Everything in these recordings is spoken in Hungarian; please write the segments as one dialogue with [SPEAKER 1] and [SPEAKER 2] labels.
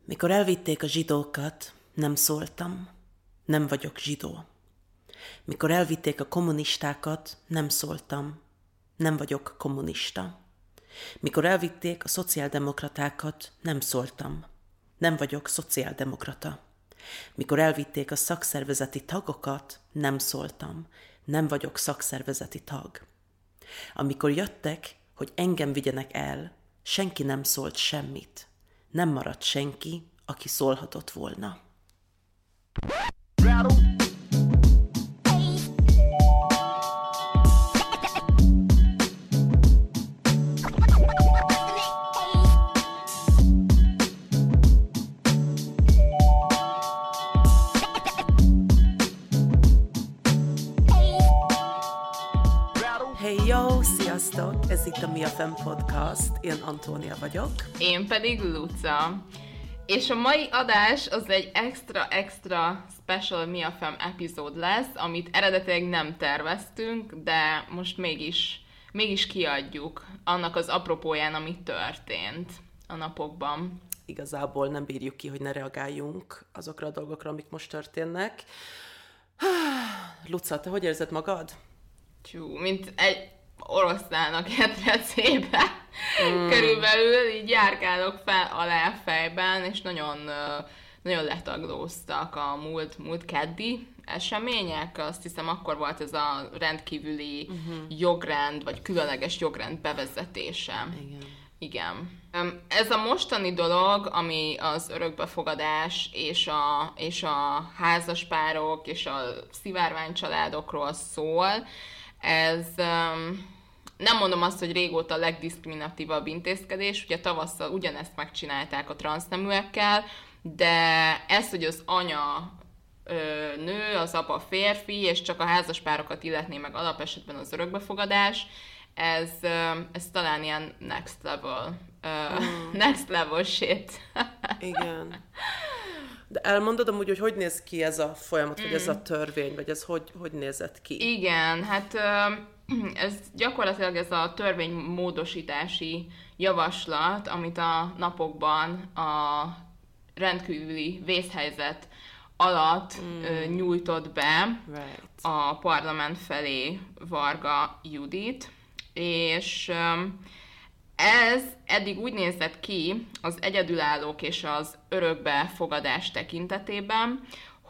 [SPEAKER 1] Mikor elvitték a zsidókat, nem szóltam. Nem vagyok zsidó. Mikor elvitték a kommunistákat, nem szóltam. Nem vagyok kommunista. Mikor elvitték a szociáldemokratákat, nem szóltam. Nem vagyok szociáldemokrata. Mikor elvitték a szakszervezeti tagokat, nem szóltam. Nem vagyok szakszervezeti tag. Amikor jöttek, hogy engem vigyenek el, senki nem szólt semmit. Nem maradt senki, aki szólhatott volna. Hey yo, sziasztok! Ez itt a Mi a Fem Podcast. Én Antónia vagyok.
[SPEAKER 2] Én pedig Luca. És a mai adás az egy extra special Mi a Fem epizód lesz, amit eredetileg nem terveztünk, de most mégis kiadjuk annak az apropóján, ami történt a napokban.
[SPEAKER 1] Igazából nem bírjuk ki, hogy ne reagáljunk azokra a dolgokra, amik most történnek. Luca, te hogy érzed magad?
[SPEAKER 2] Mint egy oroszlának etrecébe. Körülbelül így járkálok fel alá fejben, és nagyon letaglóztak a múlt keddi események. Azt hiszem, akkor volt ez a rendkívüli jogrend, vagy különleges jogrend bevezetése. Igen. Ez a mostani dolog, ami az örökbefogadás és a házaspárok és a szivárványcsaládokról szól, ez nem mondom azt, hogy régóta a legdiszkriminatívabb intézkedés, ugye tavasszal ugyanezt megcsinálták a transzneműekkel, de ez, hogy az anya nő, az apa férfi, és csak a házaspárokat illetné meg alapesetben az örökbefogadás, ez talán ilyen next level shit.
[SPEAKER 1] Igen. De elmondod amúgy, hogy néz ki ez a folyamat, vagy ez a törvény, vagy ez hogy nézett ki?
[SPEAKER 2] Igen, hát ez gyakorlatilag ez a törvénymódosítási javaslat, amit a napokban a rendkívüli vészhelyzet alatt nyújtott be a parlament felé Varga Judit, és ez eddig úgy nézett ki az egyedülállók és az örökbefogadás tekintetében,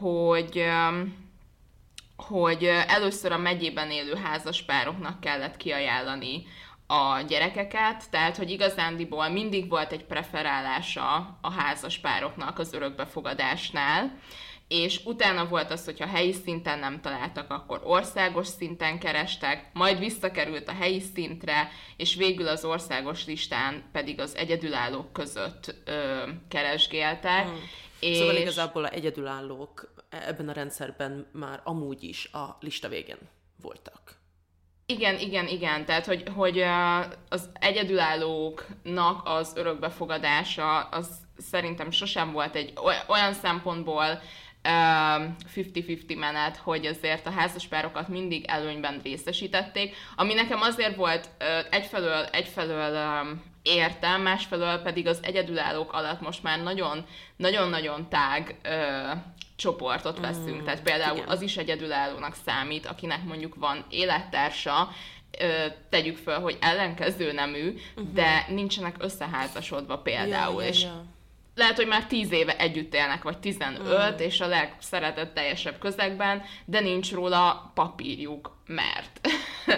[SPEAKER 2] hogy először a megyében élő házaspároknak kellett kiajánlani a gyerekeket, tehát hogy igazándiból mindig volt egy preferálása a házaspároknak az örökbefogadásnál, és utána volt az, hogyha helyi szinten nem találtak, akkor országos szinten kerestek, majd visszakerült a helyi szintre, és végül az országos listán pedig az egyedülállók között keresgéltek.
[SPEAKER 1] Szóval igazából az egyedülállók ebben a rendszerben már amúgy is a lista végén voltak.
[SPEAKER 2] Igen. Tehát, hogy az egyedülállóknak az örökbefogadása, az szerintem sosem volt egy olyan szempontból 50-50 menet, hogy azért a házaspárokat mindig előnyben részesítették, ami nekem azért volt egyfelől értem, másfelől pedig az egyedülállók alatt most már nagyon tág csoportot veszünk. Tehát például az is egyedülállónak számít, akinek mondjuk van élettársa, tegyük föl, hogy ellenkező nemű, de nincsenek összeházasodva például. És lehet, hogy már 10 éve együtt élnek, vagy 15, és a legszeretetteljesebb közegben, de nincs róla papírjuk, mert.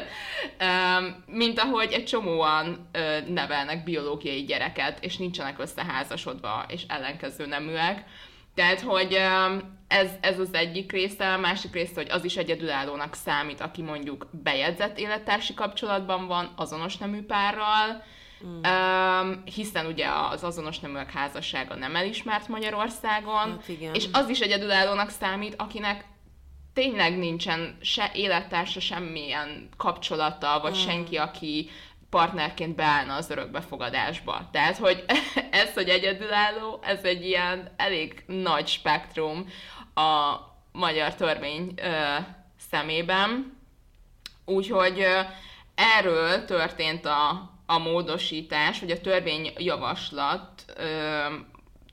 [SPEAKER 2] Mint ahogy egy csomóan nevelnek biológiai gyereket, és nincsenek összeházasodva, és ellenkező neműek. Tehát, hogy ez az egyik része, a másik része, hogy az is egyedülállónak számít, aki mondjuk bejegyzett élettársi kapcsolatban van azonos nemű párral, hiszen ugye az azonos neműek házassága nem elismert Magyarországon, és az is egyedülállónak számít, akinek tényleg nincsen se élettársa, semmilyen kapcsolata, vagy senki, aki partnerként beállna az örökbefogadásba. Tehát, hogy ez, hogy egyedülálló, ez egy ilyen elég nagy spektrum a magyar törvény szemében. Úgyhogy erről történt a módosítás, hogy a törvényjavaslat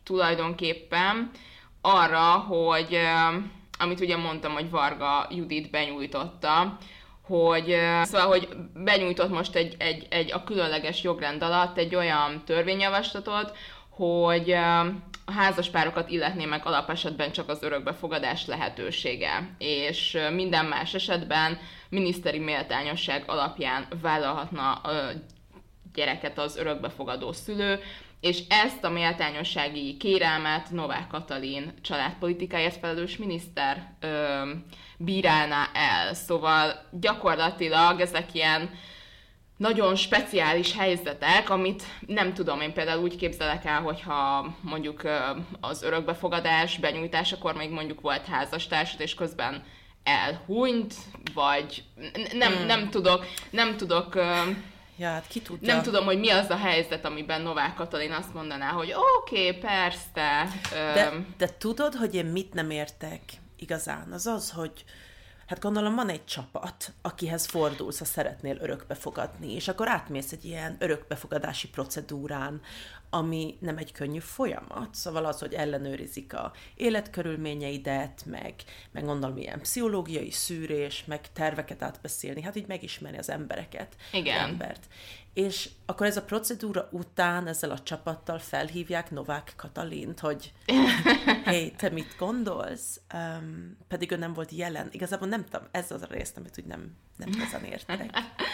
[SPEAKER 2] tulajdonképpen arra, hogy amit ugye mondtam, hogy Varga Judit benyújtotta, hogy szóval, hogy benyújtott most egy a különleges jogrend alatt egy olyan törvényjavaslatot, hogy a házaspárokat illetné meg alapesetben csak az örökbefogadás lehetősége, és minden más esetben miniszteri méltányosság alapján vállalhatna a gyereket az örökbefogadó szülő, és ezt a méltányossági kérelmet Novák Katalin családpolitikáért felelős miniszter bírálná el. Szóval gyakorlatilag ezek ilyen nagyon speciális helyzetek, amit nem tudom, én például úgy képzelek el, hogyha mondjuk az örökbefogadás benyújtásakor még mondjuk volt házastársad, és közben elhunyt, vagy nem tudok
[SPEAKER 1] ja, hát ki tudja.
[SPEAKER 2] Nem tudom, hogy mi az a helyzet, amiben Novák Katalin azt mondaná, hogy oké, persze.
[SPEAKER 1] De tudod, hogy én mit nem értek igazán? Az az, hogy hát gondolom van egy csapat, akihez fordulsz, ha szeretnél örökbefogadni, és akkor átmész egy ilyen örökbefogadási procedúrán, ami nem egy könnyű folyamat. Szóval az, hogy ellenőrizik a életkörülményeidet, meg gondolom ilyen pszichológiai szűrés, meg terveket átbeszélni, hát így megismerni az embereket.
[SPEAKER 2] Igen.
[SPEAKER 1] Az embert. És akkor ez a procedúra után ezzel a csapattal felhívják Novák Katalint, hogy hey, te mit gondolsz? Pedig ő nem volt jelen. Igazából nem tudom, ez az a részt, amit úgy nem igazán értek.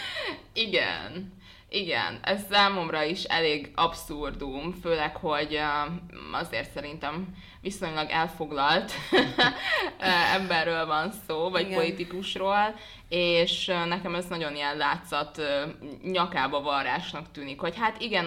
[SPEAKER 2] Igen, ez számomra is elég abszurdum, főleg, hogy azért szerintem viszonylag elfoglalt emberről van szó, vagy igen, politikusról, és nekem ez nagyon ilyen látszat nyakába varrásnak tűnik, hogy hát igen,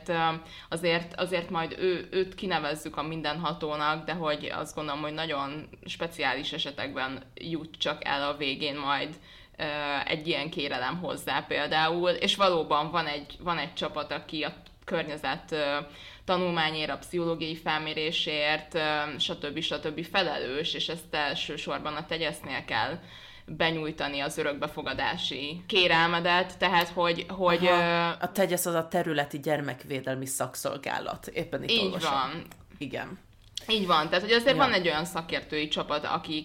[SPEAKER 2] azért majd őt kinevezzük a mindenhatónak, de hogy azt gondolom, hogy nagyon speciális esetekben jut csak el a végén majd egy ilyen kérelem hozzá például, és valóban van egy csapat, aki a környezet tanulmányért, a pszichológiai felmérésért, stb. Felelős, és ezt elsősorban a tegyesznél kell benyújtani az örökbefogadási kérelmedet, tehát hogy
[SPEAKER 1] a tegyesz az a területi gyermekvédelmi szakszolgálat, éppen itt
[SPEAKER 2] így
[SPEAKER 1] olvasom.
[SPEAKER 2] Van.
[SPEAKER 1] Igen.
[SPEAKER 2] Így van, tehát hogy azért van egy olyan szakértői csapat,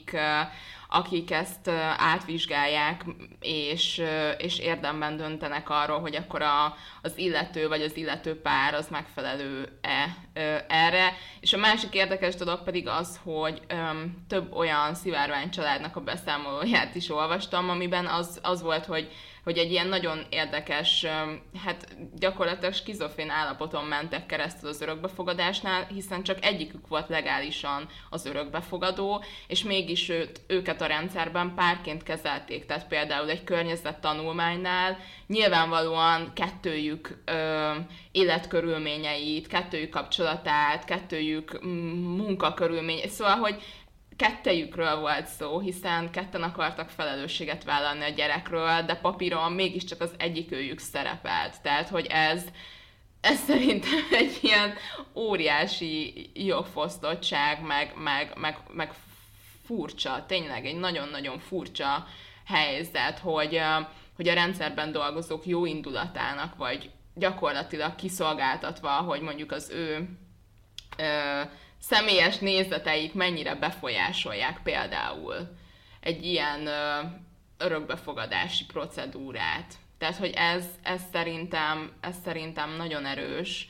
[SPEAKER 2] akik ezt átvizsgálják, és érdemben döntenek arról, hogy akkor az illető vagy az illető pár az megfelelő-e erre. És a másik érdekes dolog pedig az, hogy több olyan szivárvány családnak a beszámolóját is olvastam, amiben az volt, hogy egy ilyen nagyon érdekes, hát gyakorlatilag skizofrén állapoton mentek keresztül az örökbefogadásnál, hiszen csak egyikük volt legálisan az örökbefogadó, és mégis őket a rendszerben párként kezelték. Tehát például egy környezettanulmánynál nyilvánvalóan kettőjük életkörülményeit, kettőjük kapcsolatát, kettőjük munkakörülményeit, szóval, hogy kettejükről volt szó, hiszen ketten akartak felelősséget vállalni a gyerekről, de papíron mégiscsak az egyikőjük szerepelt. Tehát, hogy ez szerintem egy ilyen óriási jogfosztottság, meg furcsa, tényleg egy nagyon-nagyon furcsa helyzet, hogy a rendszerben dolgozók jó indulatának, vagy gyakorlatilag kiszolgáltatva, hogy mondjuk az ő személyes nézeteik mennyire befolyásolják például egy ilyen örökbefogadási procedúrát. Tehát, hogy ez szerintem nagyon erős,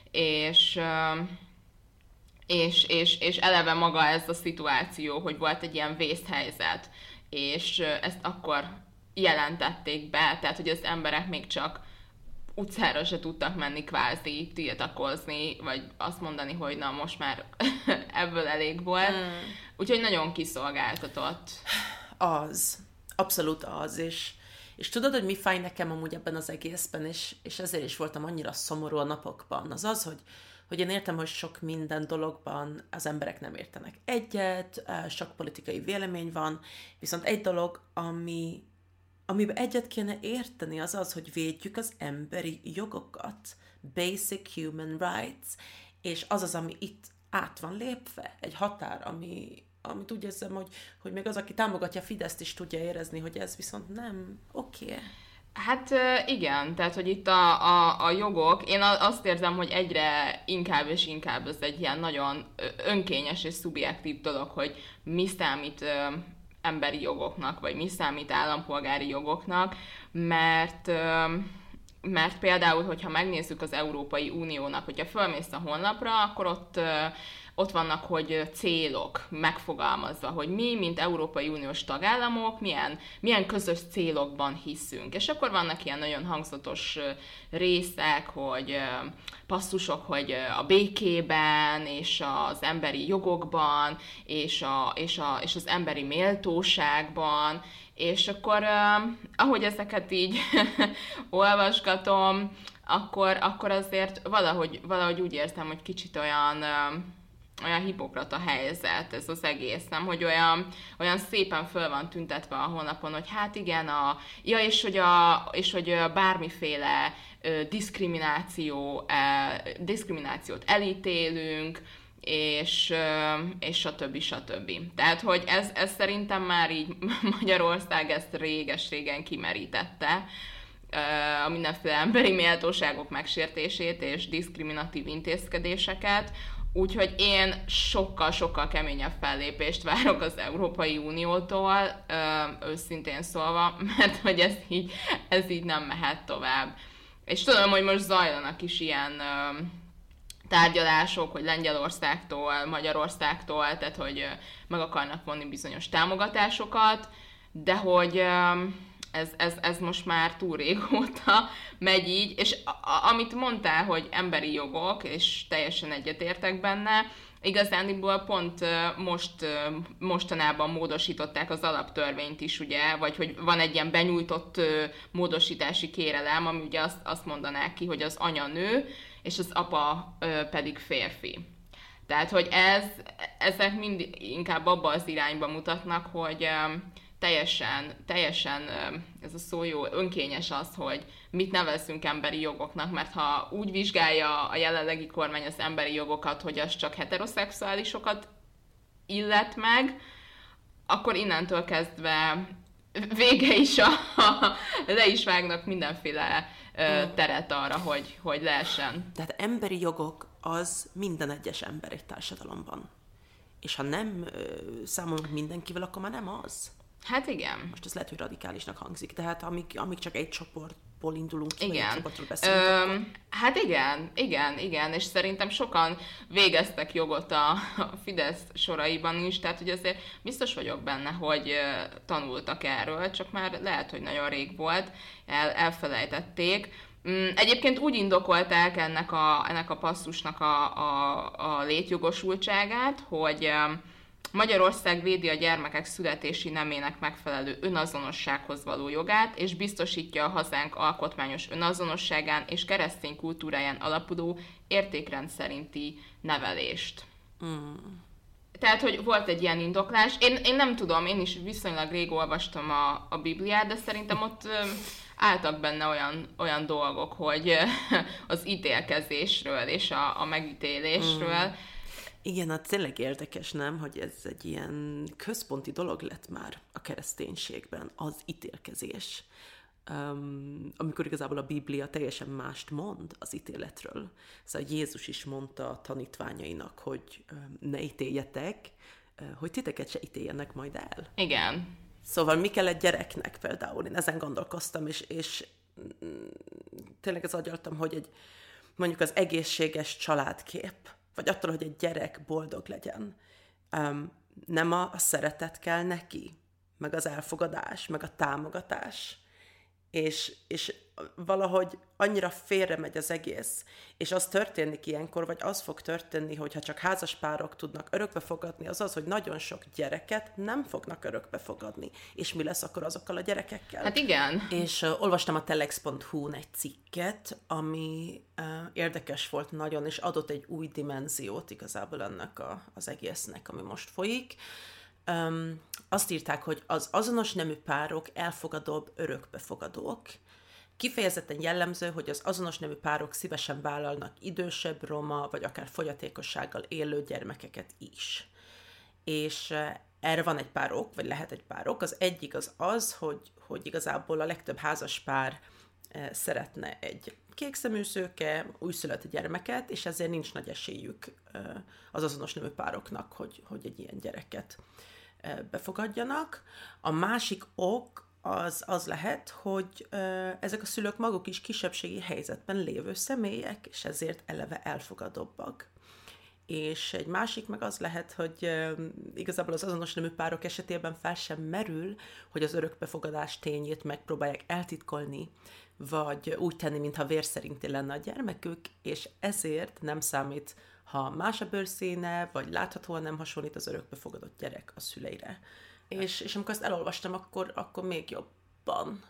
[SPEAKER 2] és eleve maga ez a szituáció, hogy volt egy ilyen vészhelyzet, és ezt akkor jelentették be, tehát, hogy az emberek még csak utcára se tudtak menni kvázi tiltakozni, vagy azt mondani, hogy na most már ebből elég volt. Úgyhogy nagyon kiszolgáltatott.
[SPEAKER 1] Az. Abszolút az. És tudod, hogy mi fáj nekem amúgy ebben az egészben, és ezért is voltam annyira szomorú a napokban. Az az, hogy én értem, hogy sok minden dologban az emberek nem értenek egyet, sok politikai vélemény van, viszont egy dolog, amiben egyet kéne érteni, az az, hogy védjük az emberi jogokat, basic human rights, és az, ami itt át van lépve, egy határ, amit úgy érzem, hogy még az, aki támogatja Fideszt is tudja érezni, hogy ez viszont nem oké.
[SPEAKER 2] Hát igen, tehát, hogy itt a jogok, én azt érzem, hogy egyre inkább és inkább ez egy ilyen nagyon önkényes és szubjektív dolog, hogy mi számít emberi jogoknak, vagy mi számít állampolgári jogoknak, mert például, hogyha megnézzük az Európai Uniónak, hogyha fölmész a honlapra, akkor ott vannak, hogy célok megfogalmazva, hogy mi, mint Európai Uniós tagállamok, milyen közös célokban hiszünk. És akkor vannak ilyen nagyon hangzatos részek, hogy passzusok, hogy a békében, és az emberi jogokban, és az emberi méltóságban, és akkor, ahogy ezeket így olvasgatom, akkor azért valahogy úgy érzem, hogy kicsit olyan hipokrata helyzet ez az egész, nem? Hogy olyan szépen föl van tüntetve a honlapon, hogy hát igen, és hogy bármiféle diszkriminációt elítélünk, és stb. Tehát, hogy ez szerintem már így Magyarország ezt réges-régen kimerítette, a mindenféle emberi méltóságok megsértését és diszkriminatív intézkedéseket, úgyhogy én sokkal-sokkal keményebb fellépést várok az Európai Uniótól, őszintén szólva, mert hogy ez így nem mehet tovább. És tudom, hogy most zajlanak is ilyen tárgyalások, hogy Lengyelországtól, Magyarországtól, tehát hogy meg akarnak vonni bizonyos támogatásokat, de hogy ez most már túl régóta megy így, és amit mondtál, hogy jogok, és teljesen egyetértek benne, igazándiból pont mostanában módosították az alaptörvényt is, ugye, vagy hogy van egy ilyen benyújtott módosítási kérelem, ami ugye azt mondanák ki, hogy az anya nő, és az apa pedig férfi. Tehát, hogy ezek mind inkább abba az irányba mutatnak, hogy teljesen ez a szó jó, önkényes az, hogy mit nevezzünk emberi jogoknak, mert ha úgy vizsgálja a jelenlegi kormány az emberi jogokat, hogy az csak heteroszexuálisokat illet meg, akkor innentől kezdve vége is le is vágnak mindenféle teret arra, hogy lehessen.
[SPEAKER 1] Tehát emberi jogok az minden egyes ember egy társadalomban. És ha nem számolunk mindenkivel, akkor már nem az.
[SPEAKER 2] Hát igen.
[SPEAKER 1] Most ez lehet, hogy radikálisnak hangzik, tehát amíg csak egy csoportból indulunk ki,
[SPEAKER 2] igen.
[SPEAKER 1] egy csoportról beszélünk, akkor...
[SPEAKER 2] Hát igen, és szerintem sokan végeztek jogot a Fidesz soraiban is, tehát hogy azért biztos vagyok benne, hogy tanultak erről, csak már lehet, hogy nagyon rég volt, elfelejtették. Egyébként úgy indokolták ennek a passzusnak a létjogosultságát, hogy Magyarország védi a gyermekek születési nemének megfelelő önazonossághoz való jogát, és biztosítja a hazánk alkotmányos önazonosságán és keresztény kultúráján alapuló értékrend szerinti nevelést. Tehát, hogy volt egy ilyen indoklás. Én nem tudom, én is viszonylag rég olvastam a Bibliát, de szerintem ott álltak benne olyan dolgok, hogy az ítélkezésről és a megítélésről.
[SPEAKER 1] Igen, tényleg érdekes, nem, hogy ez egy ilyen központi dolog lett már a kereszténységben, az ítélkezés. Amikor igazából a Biblia teljesen mást mond az ítéletről. Szóval Jézus is mondta a tanítványainak, hogy ne ítéljetek, hogy titeket se ítéljenek majd el.
[SPEAKER 2] Igen.
[SPEAKER 1] Szóval mi kell egy gyereknek például? Én ezen gondolkoztam, és tényleg az agyaltam, hogy mondjuk az egészséges családkép, vagy attól, hogy egy gyerek boldog legyen, nem a szeretet kell neki, meg az elfogadás, meg a támogatás, és valahogy annyira félre megy az egész, és az történik ilyenkor, vagy az fog történni, hogyha csak házaspárok tudnak örökbe fogadni, az, hogy nagyon sok gyereket nem fognak örökbe fogadni. És mi lesz akkor azokkal a gyerekekkel?
[SPEAKER 2] Hát igen.
[SPEAKER 1] És olvastam a telex.hu-n egy cikket, ami érdekes volt nagyon, és adott egy új dimenziót igazából ennek az egésznek, ami most folyik. Azt írták, hogy az azonos nemű párok elfogadóbb örökbefogadók. Kifejezetten jellemző, hogy az azonos nemű párok szívesen vállalnak idősebb, roma, vagy akár fogyatékossággal élő gyermekeket is. És Erre van egy pár ok, vagy lehet egy pár ok. Az egyik az, hogy igazából a legtöbb házas pár szeretne egy kékszemű szőke, újszülött gyermeket, és ezért nincs nagy esélyük az azonos nemű pároknak, hogy egy ilyen gyereket befogadjanak. A másik ok az lehet, hogy ezek a szülők maguk is kisebbségi helyzetben lévő személyek, és ezért eleve elfogadóbbak. És egy másik meg az lehet, hogy igazából az azonos nemű párok esetében fel sem merül, hogy az örökbefogadás tényét megpróbálják eltitkolni, vagy úgy tenni, mintha vérszerinti lenne a gyermekük, és ezért nem számít, ha más a bőrszíne, vagy láthatóan nem hasonlít az örökbefogadott gyerek a szüleire. És amikor ezt elolvastam, akkor még jobban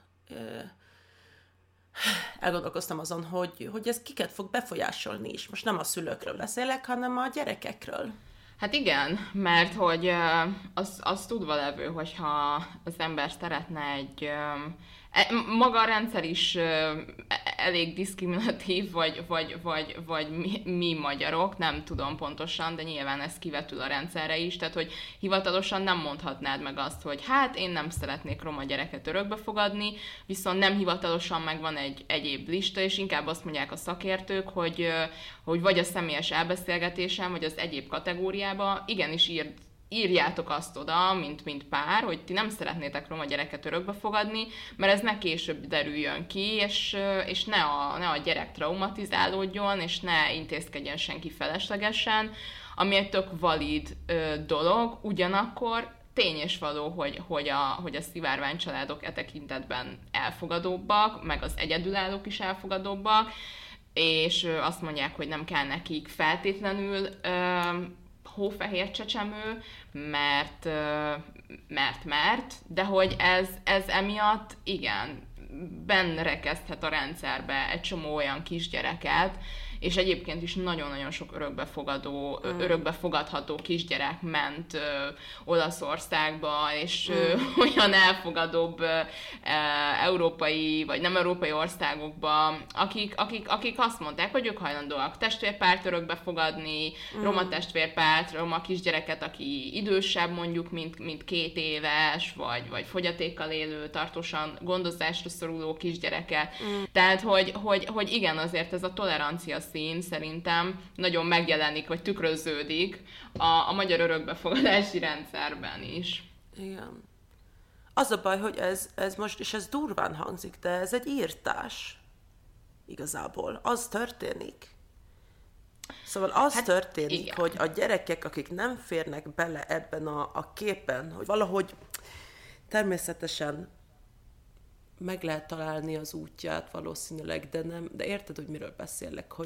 [SPEAKER 1] elgondolkoztam azon, hogy ez kiket fog befolyásolni is. Most nem a szülőkről beszélek, hanem a gyerekekről.
[SPEAKER 2] Hát igen, mert hogy az tudva levő, hogyha az ember szeretne maga a rendszer is elég diszkriminatív, vagy mi magyarok, nem tudom pontosan, de nyilván ez kivetül a rendszerre is, tehát hogy hivatalosan nem mondhatnád meg azt, hogy hát én nem szeretnék roma gyereket örökbe fogadni, viszont nem hivatalosan meg van egy egyéb lista, és inkább azt mondják a szakértők, hogy vagy a személyes elbeszélgetésen, vagy az egyéb kategóriába igenis írjátok azt oda, mint pár, hogy ti nem szeretnétek roma gyereket örökbe fogadni, mert ez ne később derüljön ki, és ne a gyerek traumatizálódjon, és ne intézkedjen senki feleslegesen, ami egy tök valid dolog, ugyanakkor tény és való, hogy a szivárvány családok e tekintetben elfogadóbbak, meg az egyedülállók is elfogadóbbak, és azt mondják, hogy nem kell nekik feltétlenül hófehér csecsemő, mert, de hogy ez emiatt igen, benrekezthet a rendszerbe egy csomó olyan kisgyereket, és egyébként is nagyon-nagyon sok örökbefogadható kisgyerek ment Olaszországba, és olyan elfogadóbb európai, vagy nem európai országokba, akik azt mondták, hogy ők hajlandóak testvérpárt örökbefogadni, roma testvérpárt, roma kisgyereket, aki idősebb mondjuk, mint 2 éves, vagy fogyatékkal élő, tartósan gondozásra szoruló kisgyereket. Tehát, hogy igen, azért ez a tolerancia szín szerintem nagyon megjelenik, vagy tükröződik a magyar örökbefogadási rendszerben is.
[SPEAKER 1] Igen. Az a baj, hogy ez most, és ez durván hangzik, de ez egy írtás. Igazából. Az történik. Szóval az történik, igen, hogy a gyerekek, akik nem férnek bele ebben a képen, hogy valahogy természetesen meg lehet találni az útját valószínűleg, de érted, hogy miről beszélek? Hogy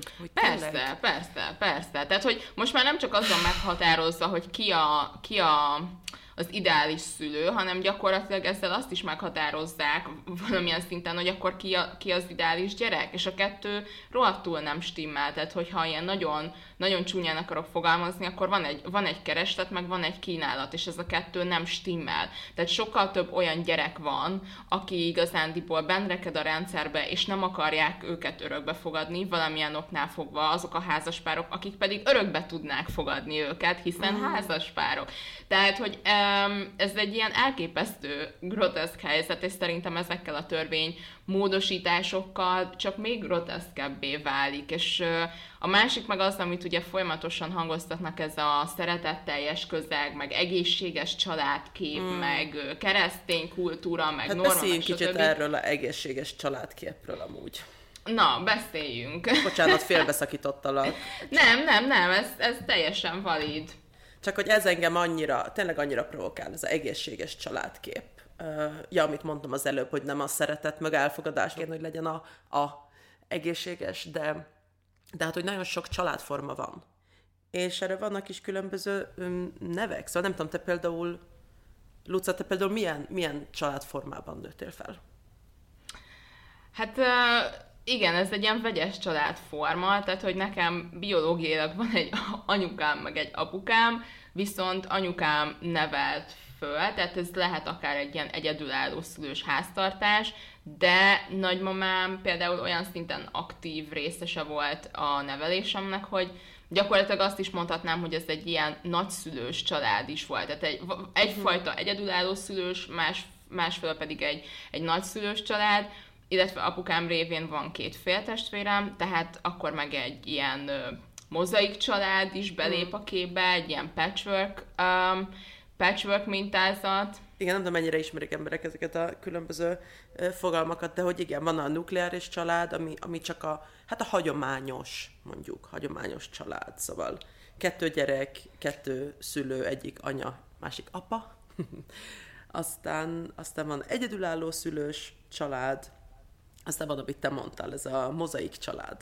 [SPEAKER 2] Persze. Tehát, hogy most már nem csak azon meghatározza, hogy ki az ideális szülő, hanem gyakorlatilag ezzel azt is meghatározzák valamilyen szinten, hogy akkor ki az ideális gyerek, és a kettő rohadtul nem stimmel. Tehát, hogyha ilyen nagyon, nagyon csúnyán akarok fogalmazni, akkor van egy kereslet, meg van egy kínálat, és ez a kettő nem stimmel. Tehát sokkal több olyan gyerek van, aki igazándiból benreked a rendszerbe, és nem akarják őket örökbe fogadni, valamilyen oknál fogva azok a házaspárok, akik pedig örökbe tudnák fogadni őket, hiszen házaspárok. Tehát, hogy ez egy ilyen elképesztő, groteszk helyzet, és szerintem ezekkel a törvény módosításokkal csak még groteszkebbé válik. És a másik meg az, amit ugye folyamatosan hangoztatnak, ez a szeretetteljes közeg, meg egészséges családkép, meg keresztény kultúra, meg norma,
[SPEAKER 1] beszéljünk kicsit erről az egészséges családképről amúgy.
[SPEAKER 2] Na, beszéljünk.
[SPEAKER 1] Bocsánat, félbeszakítottalak.
[SPEAKER 2] Nem, ez teljesen valid.
[SPEAKER 1] Csak hogy ez engem tényleg annyira provokál, ez az egészséges családkép. Amit mondtam az előbb, hogy nem a szeretet, meg elfogadás, hogy legyen a egészséges, de hát, hogy nagyon sok családforma van. És erre vannak is különböző nevek. Szóval nem tudom, te például, Luca, te például milyen családformában nőttél fel?
[SPEAKER 2] Hát igen, ez egy ilyen vegyes családforma, tehát hogy nekem biológiailag van egy anyukám, meg egy apukám, viszont anyukám nevelt föl, tehát ez lehet akár egy ilyen egyedülálló szülős háztartás, de nagymamám például olyan szinten aktív részese volt a nevelésemnek, hogy gyakorlatilag azt is mondhatnám, hogy ez egy ilyen nagyszülős család is volt. Tehát egyfajta egyedülálló szülős, másfelől pedig egy nagyszülős család, illetve apukám révén van 2 féltestvérem, tehát akkor meg egy ilyen mozaik család is belép a képbe, egy ilyen patchwork mintázat.
[SPEAKER 1] Igen, nem tudom, mennyire ismerik emberek ezeket a különböző fogalmakat, de hogy igen, van a nukleáris család, ami csak a hagyományos család, szóval 2 gyerek, 2 szülő, egyik anya, másik apa. aztán van egyedülálló szülős család, aztán van, amit te mondtál, ez a mozaik család.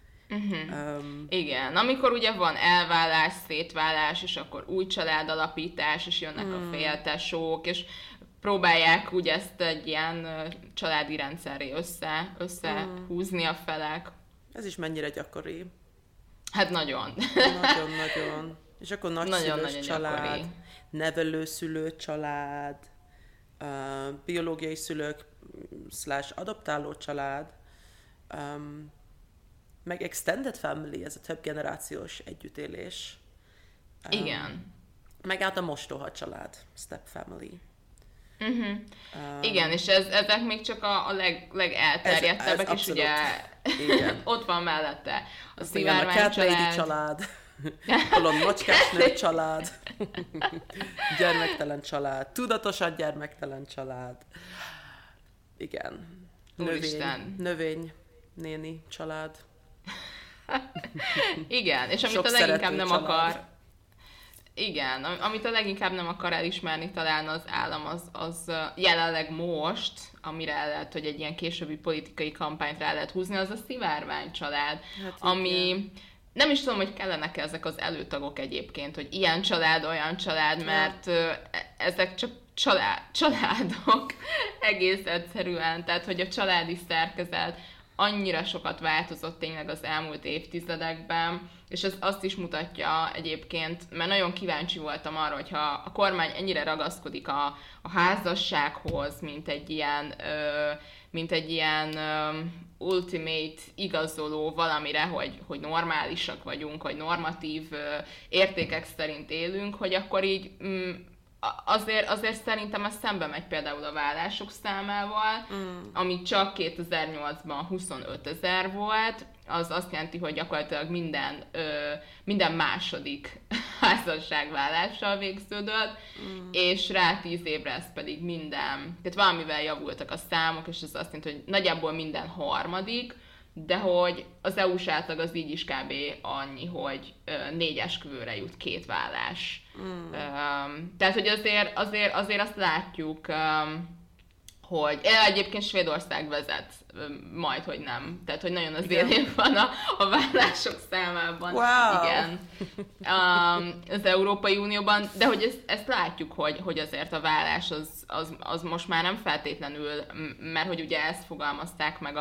[SPEAKER 2] Igen, amikor ugye van elválás, szétválás, és akkor új családalapítás, és jönnek a féltesók, és próbálják úgy ezt egy ilyen családi rendszerré összehúzni a felek.
[SPEAKER 1] Ez is mennyire gyakori.
[SPEAKER 2] Hát nagyon.
[SPEAKER 1] Nagyon-nagyon. És akkor nagyszülős család, gyakori. Nevelőszülő család, biológiai szülők / adoptáló család, meg extended family, ez a több generációs együttélés.
[SPEAKER 2] Igen.
[SPEAKER 1] Meg át a mostoha család, step family.
[SPEAKER 2] Igen, és ezek még csak a legelterjedtebbek, és ugye ott van mellette a szivárvány
[SPEAKER 1] család, Kolon macskásnő család, gyermektelen család, tudatosan gyermektelen család. Igen. Növény néni család.
[SPEAKER 2] Igen, és amit a leginkább nem akar... Igen, amit a leginkább nem akar elismerni talán az állam, az jelenleg most, amire lehet, hogy egy ilyen későbbi politikai kampányt rá lehet húzni, az a szivárvány család, hát ami... Nem is tudom, hogy kellenek ezek az előtagok egyébként, hogy ilyen család, olyan család, mert ezek csak családok egész egyszerűen, tehát hogy a családi szerkezet annyira sokat változott tényleg az elmúlt évtizedekben, és ez azt is mutatja egyébként, mert nagyon kíváncsi voltam arra, hogyha a kormány ennyire ragaszkodik a házassághoz, mint egy ilyen ultimate igazoló valamire, hogy normálisak vagyunk, hogy normatív értékek szerint élünk, hogy akkor így azért szerintem ez szembe megy például a vállások számával, ami csak 2008-ban 25 000 volt, az azt jelenti, hogy gyakorlatilag minden második házasságvállással végződött, és rá 10 évre ez pedig tehát valamivel javultak a számok, és ez azt jelenti, hogy nagyjából minden harmadik, de hogy az EU-s átlag az így is kb. Annyi, hogy 4 esküvőre jut 2 vállás. Tehát, hogy azért azt látjuk, hogy egyébként Svédország vezet, majd, hogy nem. Tehát, hogy nagyon az élén van a vállások számában.
[SPEAKER 1] Wow.
[SPEAKER 2] Igen. Az Európai Unióban, de hogy ezt látjuk, hogy azért a vállás az most már nem feltétlenül, mert hogy ugye ezt fogalmazták meg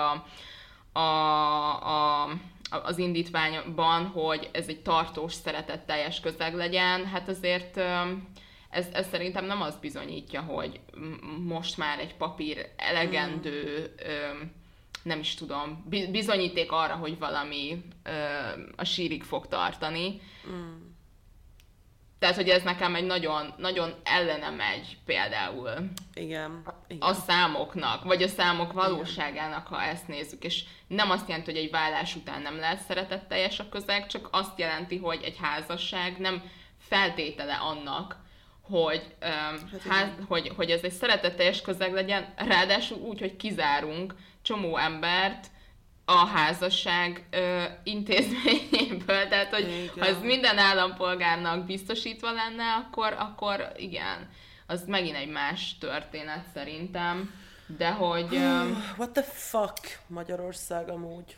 [SPEAKER 2] az indítványban, hogy ez egy tartós, szeretetteljes közeg legyen, hát azért ez szerintem nem azt bizonyítja, hogy most már egy papír elegendő, nem is tudom, bizonyíték arra, hogy valami a sírig fog tartani. Tehát, hogy ez nekem egy nagyon, nagyon ellene megy például
[SPEAKER 1] Igen.
[SPEAKER 2] a számoknak, vagy a számok valóságának, ha ezt nézzük. És nem azt jelenti, hogy egy vállás után nem lehet szeretetteljes a közeg, csak azt jelenti, hogy egy házasság nem feltétele annak, hogy ez egy szeretetteljes közeg legyen, ráadásul úgy, hogy kizárunk csomó embert a házasság intézményéből, tehát hogy ha ez minden állampolgárnak biztosítva lenne, akkor igen, az megint egy más történet szerintem, de hogy...
[SPEAKER 1] What the fuck Magyarország amúgy?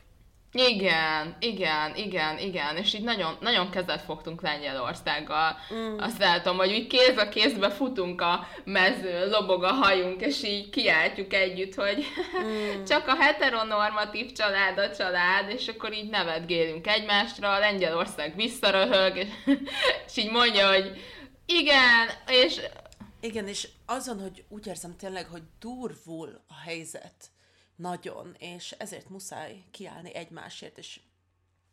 [SPEAKER 2] Igen, és így nagyon, nagyon kezet fogtunk Lengyelországgal. Azt látom, hogy úgy kéz a kézbe futunk a mezőn, lobog a hajunk, és így kiáltjuk együtt, hogy csak a heteronormatív család a család, és akkor így nevetgélünk egymásra, Lengyelország visszaröhög, és így mondja, hogy igen, és...
[SPEAKER 1] Igen, és azon, hogy úgy érzem tényleg, hogy durvul a helyzet, nagyon, és ezért muszáj kiállni egymásért, és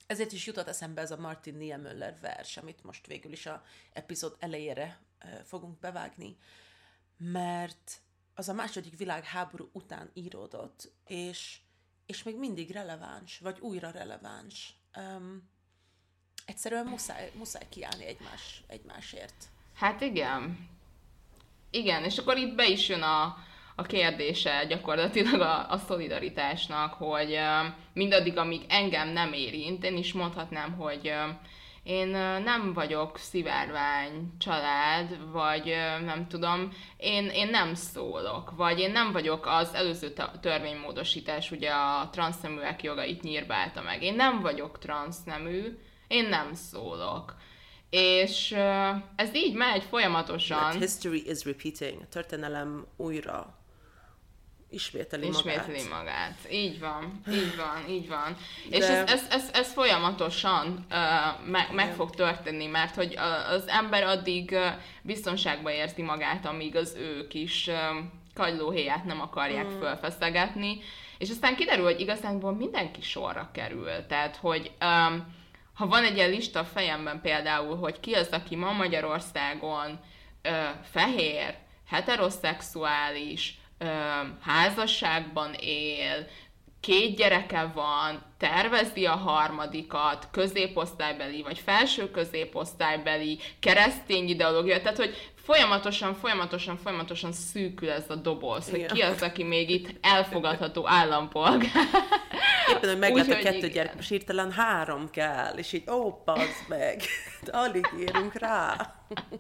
[SPEAKER 1] Ezért is jutott eszembe ez a Martin Niemöller vers, amit most végül is a epizód elejére fogunk bevágni, mert az a második világháború után íródott, és még mindig releváns, vagy újra releváns. Egyszerűen muszáj kiállni egymásért.
[SPEAKER 2] Hát igen. Igen, és akkor itt be is jön a kérdése gyakorlatilag a szolidaritásnak, hogy mindaddig, amíg engem nem érint, én is mondhatnám, hogy én nem vagyok szivárvány család, vagy nem tudom, én nem szólok, vagy én nem vagyok az előző törvénymódosítás, ugye a transzneműek jogait nyírbálta meg. Én nem vagyok transznemű, én nem szólok. És ez így megy folyamatosan.
[SPEAKER 1] That history is repeating. A történelem újra ismételi magát.
[SPEAKER 2] Így van. De... És ez folyamatosan meg fog történni, mert hogy az ember addig biztonságban érzi magát, amíg az ő kis kagylóhéját nem akarják fölfeszegetni. És aztán kiderül, hogy igazából mindenki sorra kerül. Tehát, hogy ha van egy ilyen lista a fejemben például, hogy ki az, aki ma Magyarországon fehér, heteroszexuális, házasságban él, 2 gyereke van, tervezi a harmadikat, középosztálybeli vagy felső középosztálybeli, keresztény ideológia, tehát hogy folyamatosan szűkül ez a doboz, hogy ki az, aki még itt elfogadható állampolgár.
[SPEAKER 1] Éppen, hogy meg lett a 2 gyerek, most hirtelen 3 kell, és így, bazd meg, alig érünk rá.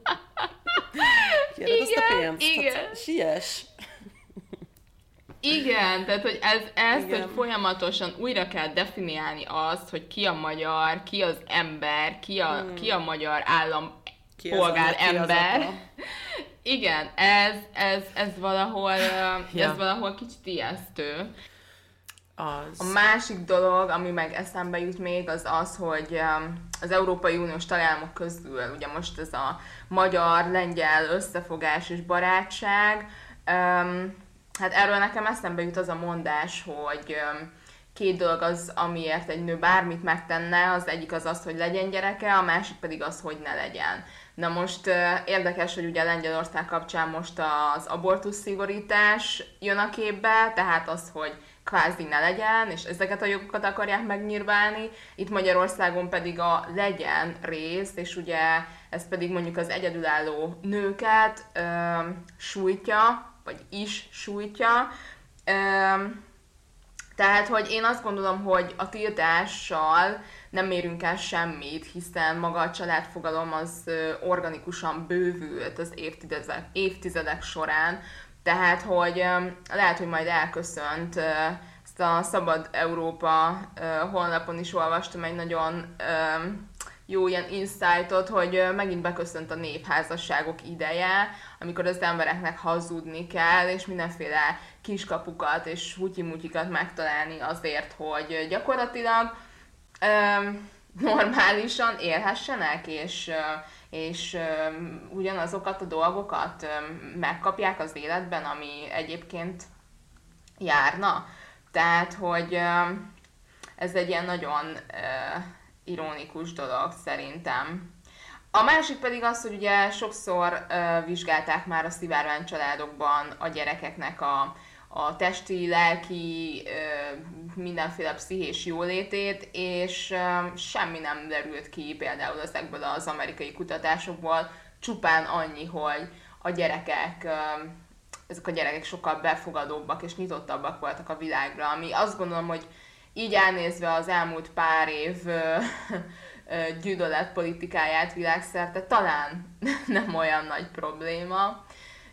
[SPEAKER 1] Kéred azt a pénzt?
[SPEAKER 2] Igen.
[SPEAKER 1] Siess!
[SPEAKER 2] Igen, tehát hogy hogy folyamatosan újra kell definiálni azt, hogy ki a magyar, ki az ember, ki a magyar állampolgár ember. Igen, ez valahol kicsit ijesztő. A másik dolog, ami meg eszembe jut még, az, hogy az Európai Uniós tagállamok közül, ugye most ez a magyar-lengyel összefogás és barátság, hát erről nekem eszembe jut az a mondás, hogy 2 dolog az, amiért egy nő bármit megtenne, az egyik az, hogy legyen gyereke, a másik pedig az, hogy ne legyen. Na most érdekes, hogy ugye Lengyelország kapcsán most az abortusz szigorítás jön a képbe, tehát az, hogy kvázi ne legyen, és ezeket a jogokat akarják megnyírválni. Itt Magyarországon pedig a legyen részt, és ugye ez pedig mondjuk az egyedülálló nőket sújtja, vagy is sújtja. Tehát, hogy én azt gondolom, hogy a tiltással nem érünk el semmit, hiszen maga a családfogalom az organikusan bővült az évtizedek során. Tehát, hogy lehet, hogy majd elköszönt, ezt a Szabad Európa honlapon is olvastam egy nagyon jó ilyen insightot, hogy megint beköszönt a népházasságok ideje, amikor az embereknek hazudni kell, és mindenféle kiskapukat és hutyimutyikat megtalálni azért, hogy gyakorlatilag normálisan élhessenek, és ugyanazokat a dolgokat megkapják az életben, ami egyébként járna. Tehát, hogy ez egy ilyen nagyon ironikus dolog szerintem. A másik pedig az, hogy ugye sokszor vizsgálták már a szivárvány családokban a gyerekeknek a testi, lelki, mindenféle pszichés jólétét, és semmi nem derült ki például ezekből az amerikai kutatásokból, csupán annyi, hogy ezek a gyerekek sokkal befogadóbbak és nyitottabbak voltak a világra, ami azt gondolom, hogy így elnézve az elmúlt pár év gyűlöletpolitikáját világszerte talán nem olyan nagy probléma.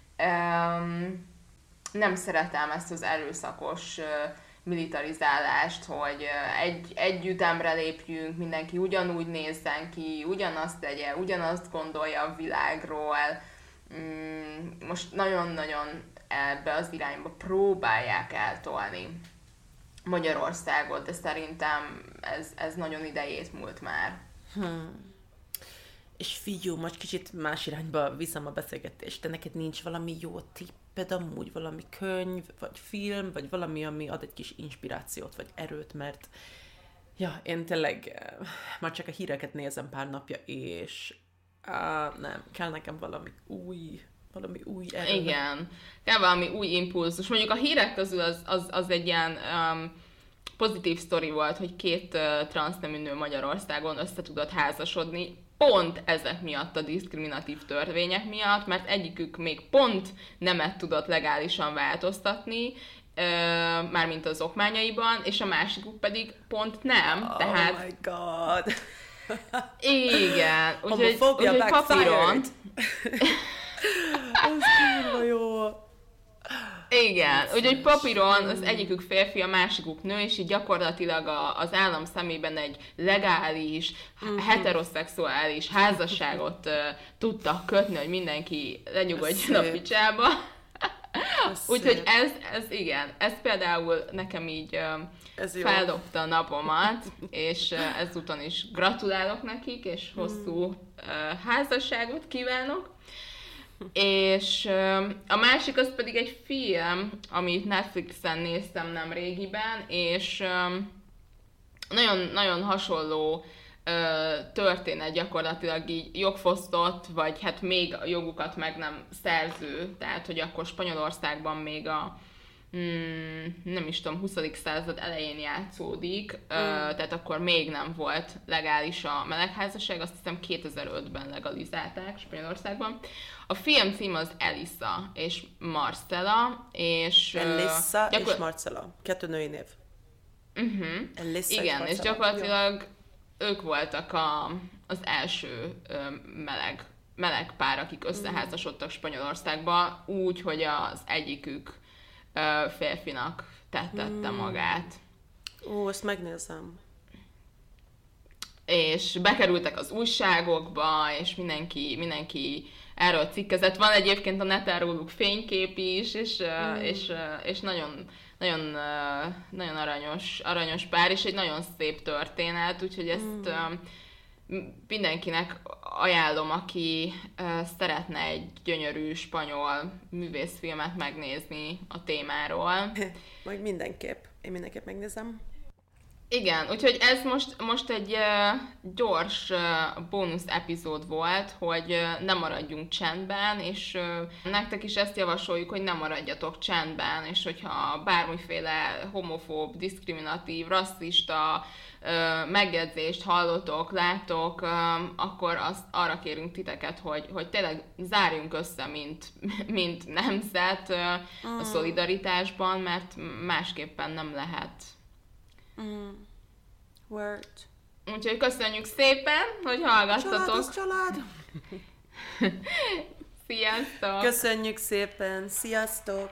[SPEAKER 2] Nem szeretem ezt az erőszakos militarizálást, hogy egy ütemre lépjünk, mindenki ugyanúgy nézzen ki, ugyanazt tegye, ugyanazt gondolja a világról. Most nagyon-nagyon ebbe az irányba próbálják eltolni Magyarországot, de szerintem ez nagyon idejét múlt már.
[SPEAKER 1] És figyú, most kicsit más irányba viszem a beszélgetést, de neked nincs valami jó tipped amúgy, valami könyv, vagy film, vagy valami, ami ad egy kis inspirációt, vagy erőt, mert Ja, én tényleg már csak a híreket nézem pár napja, és nem, kell nekem valami új erő.
[SPEAKER 2] Igen, kell valami új impulzus. Mondjuk a hírek közül az egy ilyen pozitív sztori volt, hogy 2 transznemű nő Magyarországon össze tudott házasodni, pont ezek miatt, a diszkriminatív törvények miatt, mert egyikük még pont nemet tudott legálisan változtatni, mármint az okmányaiban, és a másikuk pedig pont nem. Tehát...
[SPEAKER 1] Oh my god!
[SPEAKER 2] Igen, úgyhogy papíron...
[SPEAKER 1] Ez kurva jó!
[SPEAKER 2] Igen, úgyhogy papíron az egyikük férfi, a másikuk nő, és így gyakorlatilag az állam szemében egy legális, heteroszexuális házasságot tudtak kötni, hogy mindenki lenyugodjon a picsába. Úgyhogy ez igen, ez például nekem így feldobta a napomat, és ezúton is gratulálok nekik, és hosszú házasságot kívánok. És a másik az pedig egy film, amit Netflixen néztem nem régiben, és nagyon hasonló történet, gyakorlatilag így jogfosztott, vagy hát még a jogukat meg nem szerző, tehát hogy akkor Spanyolországban még a nem is tudom, 20. század elején játszódik, tehát akkor még nem volt legális a melegházasság, azt hiszem 2005-ben legalizálták Spanyolországban. A film cím az Elisa és Marcela, és...
[SPEAKER 1] Elisa és Marcela. 2 női név.
[SPEAKER 2] Elisa igen, és gyakorlatilag ők voltak az első meleg pár, akik összeházasodtak Spanyolországba, úgy, hogy az egyikük férfinak tettette magát.
[SPEAKER 1] Ó, ezt megnézem.
[SPEAKER 2] És bekerültek az újságokba, és mindenki erről cikkezett. Van egyébként a neten róluk fénykép is, és nagyon aranyos pár, és egy nagyon szép történet, úgyhogy ezt mindenkinek ajánlom, aki szeretne egy gyönyörű spanyol művészfilmet megnézni a témáról.
[SPEAKER 1] Majd mindenképp. Én mindenképp megnézem.
[SPEAKER 2] Igen, úgyhogy ez most egy gyors bónusz epizód volt, hogy ne maradjunk csendben, és nektek is ezt javasoljuk, hogy ne maradjatok csendben, és hogyha bármiféle homofób, diszkriminatív, rasszista megjegyzést hallotok, láttok, akkor arra kérünk titeket, hogy tényleg zárjunk össze, mint nemzet a szolidaritásban, mert másképpen nem lehet.
[SPEAKER 1] Word.
[SPEAKER 2] Úgyhogy köszönjük szépen, hogy hallgattatok.
[SPEAKER 1] Család az család.
[SPEAKER 2] Sziasztok!
[SPEAKER 1] Köszönjük szépen, sziasztok!